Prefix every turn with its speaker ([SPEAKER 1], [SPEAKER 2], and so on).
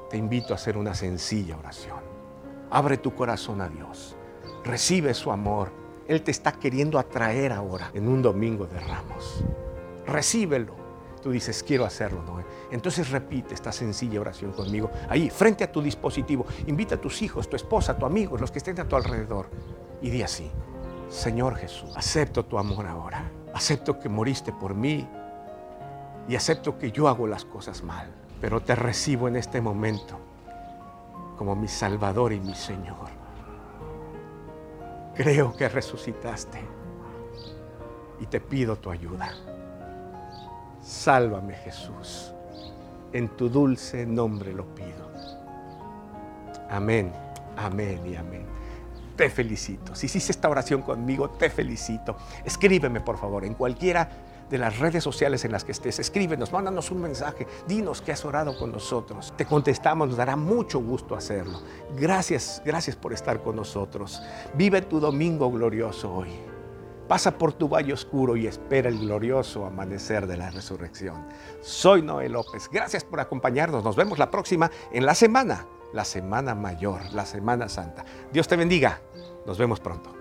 [SPEAKER 1] te invito a hacer una sencilla oración. Abre tu corazón a Dios. Recibe su amor. Él te está queriendo atraer ahora en un domingo de Ramos. Recíbelo. Tú dices, quiero hacerlo, ¿no? Entonces repite esta sencilla oración conmigo. Ahí, frente a tu dispositivo. Invita a tus hijos, tu esposa, tu amigo, los que estén a tu alrededor. Y di así: Señor Jesús, acepto tu amor ahora. Acepto que moriste por mí. Y acepto que yo hago las cosas mal. Pero te recibo en este momento como mi Salvador y mi Señor. Creo que resucitaste y te pido tu ayuda. Sálvame, Jesús. En tu dulce nombre lo pido. Amén, amén y amén. Te felicito. Si hiciste esta oración conmigo, te felicito. Escríbeme, por favor, en cualquiera de las redes sociales en las que estés. Escríbenos, mándanos un mensaje. Dinos que has orado con nosotros. Te contestamos, nos dará mucho gusto hacerlo. Gracias por estar con nosotros. Vive tu domingo glorioso hoy. Pasa por tu valle oscuro y espera el glorioso amanecer de la resurrección. Soy Noé López. Gracias por acompañarnos. Nos vemos la próxima en la semana mayor, la Semana Santa. Dios te bendiga. Nos vemos pronto.